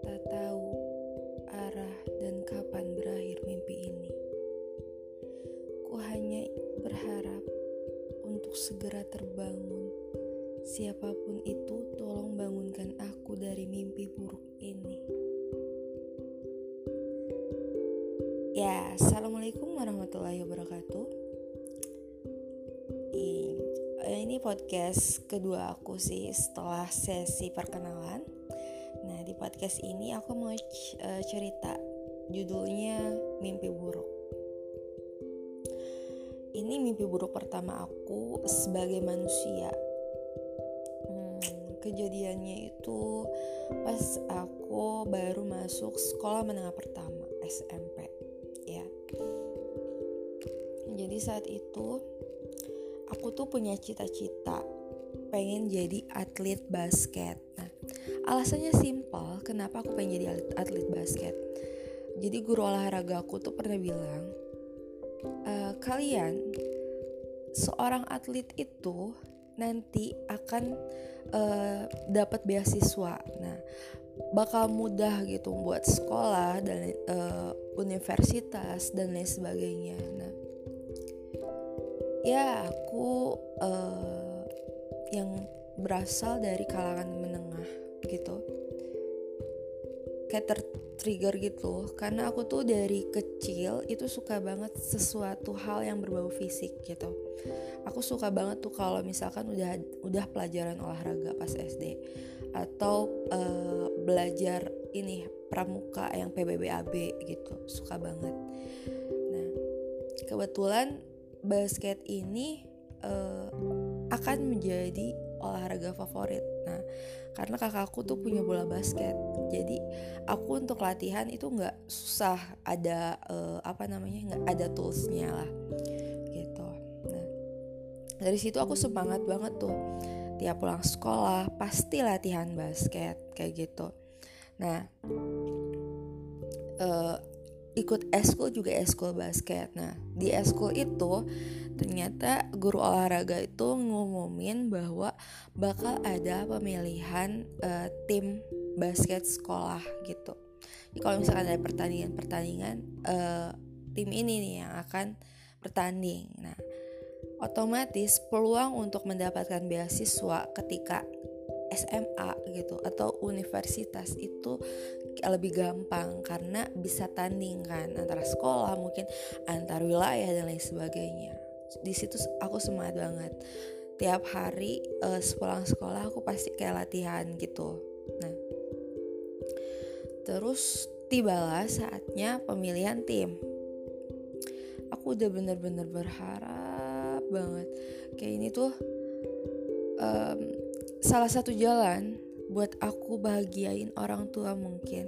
Tak tahu arah dan kapan berakhir mimpi ini. Ku hanya berharap untuk segera terbangun. Siapapun itu, tolong bangunkan aku dari mimpi buruk ini. Ya, assalamualaikum warahmatullahi wabarakatuh. Ini podcast kedua aku sih setelah sesi perkenalan. Nah, di podcast ini aku mau cerita, judulnya Mimpi Buruk. Ini mimpi buruk pertama aku sebagai manusia. Kejadiannya itu pas aku baru masuk sekolah menengah pertama SMP, ya. Jadi saat itu aku tuh punya cita-cita pengen jadi atlet basket. Nah, alasannya simpel kenapa aku pengen jadi atlet basket. Jadi guru olahraga aku tuh pernah bilang, kalian seorang atlet itu nanti akan dapat beasiswa. Nah, bakal mudah gitu buat sekolah dan universitas dan lain sebagainya. Nah, ya aku yang berasal dari kalangan menengah gitu, kayak tertrigger gitu, karena aku tuh dari kecil itu suka banget sesuatu hal yang berbau fisik gitu. Aku suka banget tuh kalau misalkan udah pelajaran olahraga pas SD atau belajar ini pramuka yang PBBAB gitu, suka banget. Nah, kebetulan basket ini akan menjadi olahraga favorit. Nah, karena kakakku tuh punya bola basket, jadi aku untuk latihan itu nggak susah, ada nggak ada toolsnya lah gitu. Nah, dari situ aku semangat banget tuh, tiap pulang sekolah pasti latihan basket kayak gitu. Nah, ikut eskul juga eskul basket. Nah, di eskul itu ternyata guru olahraga itu ngumumin bahwa bakal ada pemilihan tim basket sekolah gitu. Jadi kalau misalkan ada pertandingan tim ini nih yang akan bertanding. Nah, otomatis peluang untuk mendapatkan beasiswa ketika SMA gitu atau universitas itu lebih gampang karena bisa tanding kan antara sekolah, mungkin antar wilayah dan lain sebagainya. Di situ aku semangat banget. Tiap hari sepulang sekolah aku pasti kayak latihan gitu. Nah, terus tibalah saatnya pemilihan tim. Aku udah bener-bener berharap banget kayak ini tuh salah satu jalan buat aku bahagiain orang tua mungkin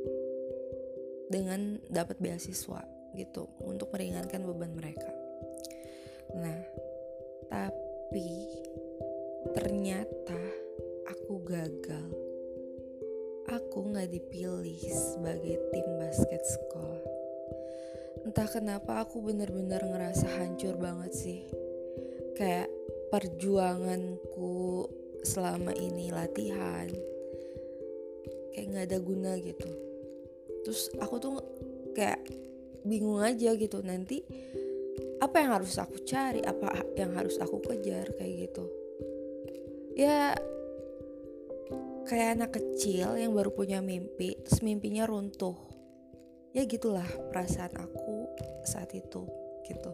dengan dapat beasiswa gitu untuk meringankan beban mereka. Nah, tapi ternyata aku gagal. Aku gak dipilih sebagai tim basket sekolah. Entah kenapa aku bener-bener ngerasa hancur banget sih. Kayak perjuanganku selama ini latihan kayak gak ada guna gitu. Terus aku tuh kayak bingung aja gitu, nanti apa yang harus aku cari, apa yang harus aku kejar kayak gitu. Ya kayak anak kecil yang baru punya mimpi terus mimpinya runtuh. Ya gitulah perasaan aku saat itu gitu.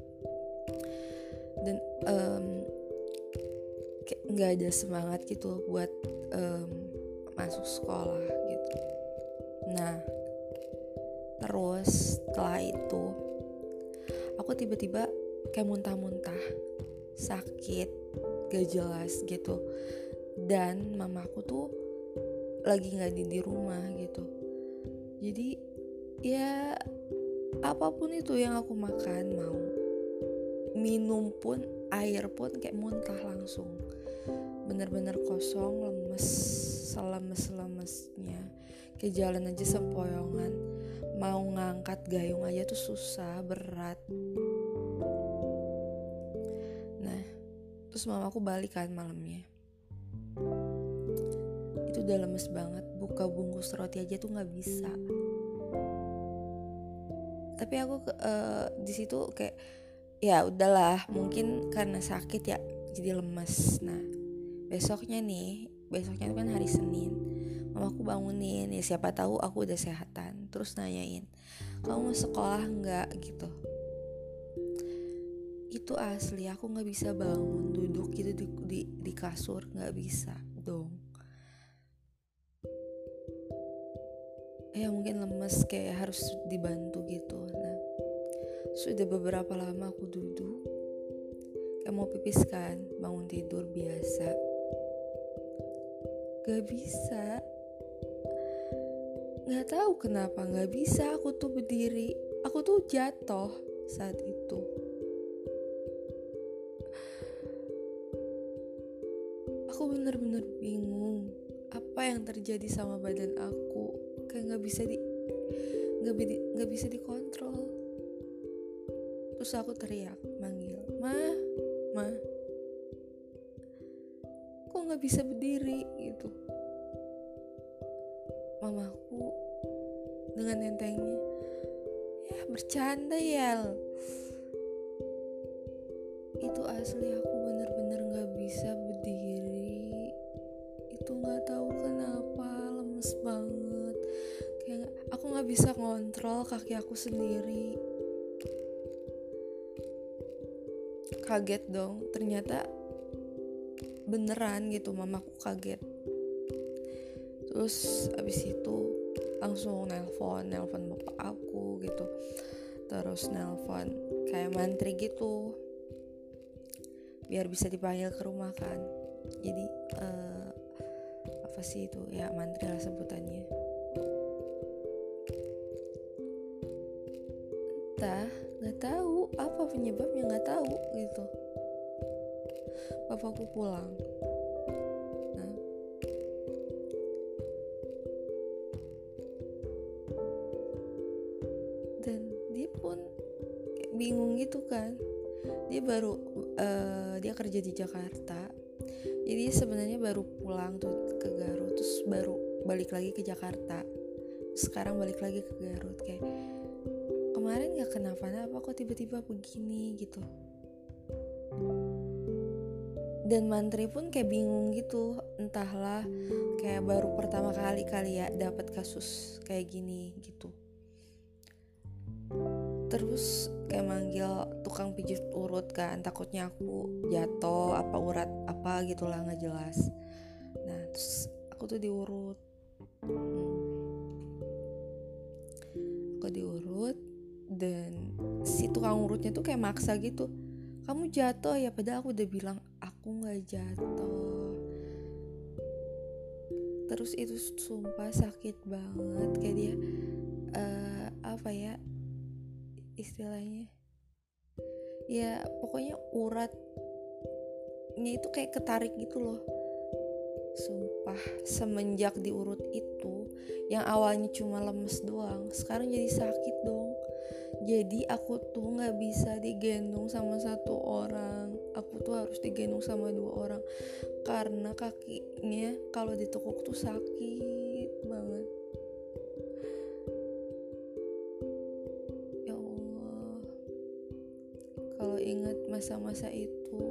Dan kayak gak ada semangat gitu buat masuk sekolah gitu. Nah, terus setelah itu aku tiba-tiba kayak muntah-muntah, sakit, gak jelas gitu. Dan mamaku tuh lagi gak di rumah gitu. Jadi ya apapun itu yang aku makan, mau minum pun, air pun kayak muntah langsung. Bener-bener kosong, lemes, selemes-lemesnya. Kayak jalan aja sempoyongan, mau ngangkat gayung aja tuh susah, berat. Nah, terus mamaku balik kan malamnya. Itu tuh udah lemes banget, buka bungkus roti aja tuh nggak bisa. Tapi aku di situ kayak ya udahlah, mungkin karena sakit ya jadi lemes. Nah besoknya tuh kan hari Senin, mamaku bangunin, ya siapa tahu aku udah sehatan, terus nanyain, kamu mau sekolah nggak gitu. Itu asli aku nggak bisa bangun duduk gitu di kasur, nggak bisa dong. Ya mungkin lemes, kayak harus dibantu gitu. Nah sudah beberapa lama aku duduk, kayak mau pipis kan, bangun tidur biasa, gak bisa. Gak tahu kenapa gak bisa aku tuh berdiri. Aku tuh jatuh saat itu. Aku bener-bener bingung apa yang terjadi sama badan aku. Kayak gak bisa dikontrol. Terus aku teriak, manggil, Ma, kok gak bisa berdiri gitu. Mamaku dengan entengnya, ya bercanda Yel. Itu asli aku bener-bener gak bisa berdiri. Itu gak tahu kenapa, lemes banget. Kayak aku gak bisa ngontrol kaki aku sendiri. Kaget dong, ternyata beneran gitu, mamaku kaget. Terus abis itu langsung nelpon bapak aku gitu. Terus nelpon kayak mantri gitu, biar bisa dipanggil ke rumah kan. Jadi apa sih itu ya, mantri lah sebutannya. Entah, nggak tahu apa penyebabnya, nggak tahu gitu. Bapakku pulang. Nah, dan dia pun kayak bingung gitu kan. Dia baru dia kerja di Jakarta. Jadi sebenarnya baru pulang tuh ke Garut, terus baru balik lagi ke Jakarta. Sekarang balik lagi ke Garut, kayak kemarin gak kenapa-napa kok tiba-tiba begini gitu. Dan mantri pun kayak bingung gitu, entahlah, kayak baru pertama kali ya dapat kasus kayak gini gitu. Terus kayak manggil tukang pijit urut kan, takutnya aku jatuh apa urat apa gitulah, nggak jelas. Nah terus aku tuh diurut. Aku diurut dan si tukang urutnya tuh kayak maksa gitu, kamu jatuh ya, padahal aku udah bilang aku nggak jatuh. Terus itu sumpah sakit banget, kayak dia apa ya istilahnya, ya pokoknya uratnya itu kayak ketarik gitu loh. Sumpah semenjak diurut itu, yang awalnya cuma lemes doang, sekarang jadi sakit dong. Jadi aku tuh gak bisa digendong sama satu orang, aku tuh harus digendong sama 2 orang, karena kakinya kalau ditekuk tuh sakit banget. Ya Allah, kalau ingat masa-masa itu,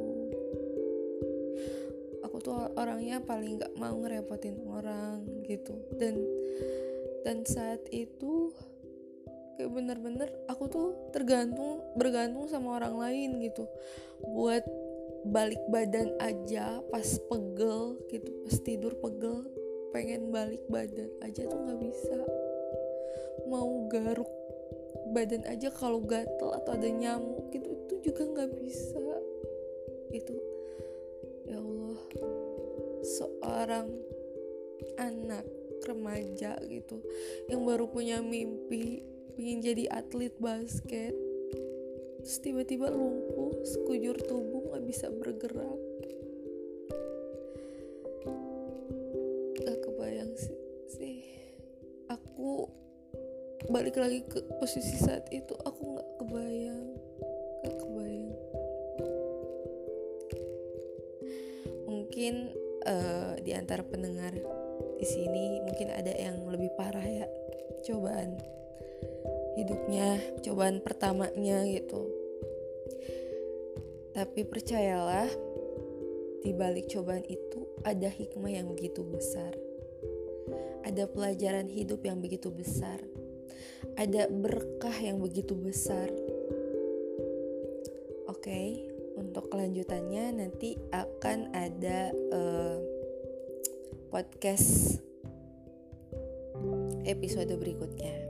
aku tuh orangnya paling gak mau ngerepotin orang gitu. Dan saat itu kayak bener-bener aku tuh bergantung sama orang lain gitu, buat balik badan aja pas pegel gitu, pas tidur pegel, pengen balik badan aja tuh gak bisa. Mau garuk badan aja kalau gatel atau ada nyamuk gitu, itu juga gak bisa. Itu ya Allah, seorang anak remaja gitu yang baru punya mimpi pengen jadi atlet basket, terus tiba-tiba lumpuh sekujur tubuh, gak bisa bergerak. Gak kebayang sih aku balik lagi ke posisi saat itu, aku gak kebayang. Mungkin di antara pendengar di sini mungkin ada yang lebih parah ya, cobaan hidupnya, cobaan pertamanya gitu. Tapi percayalah, di balik cobaan itu ada hikmah yang begitu besar. Ada pelajaran hidup yang begitu besar. Ada berkah yang begitu besar. Oke, untuk kelanjutannya nanti akan ada podcast episode berikutnya.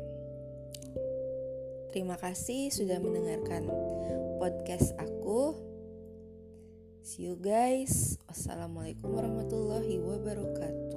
Terima kasih sudah mendengarkan podcast aku. See you guys. Wassalamualaikum warahmatullahi wabarakatuh.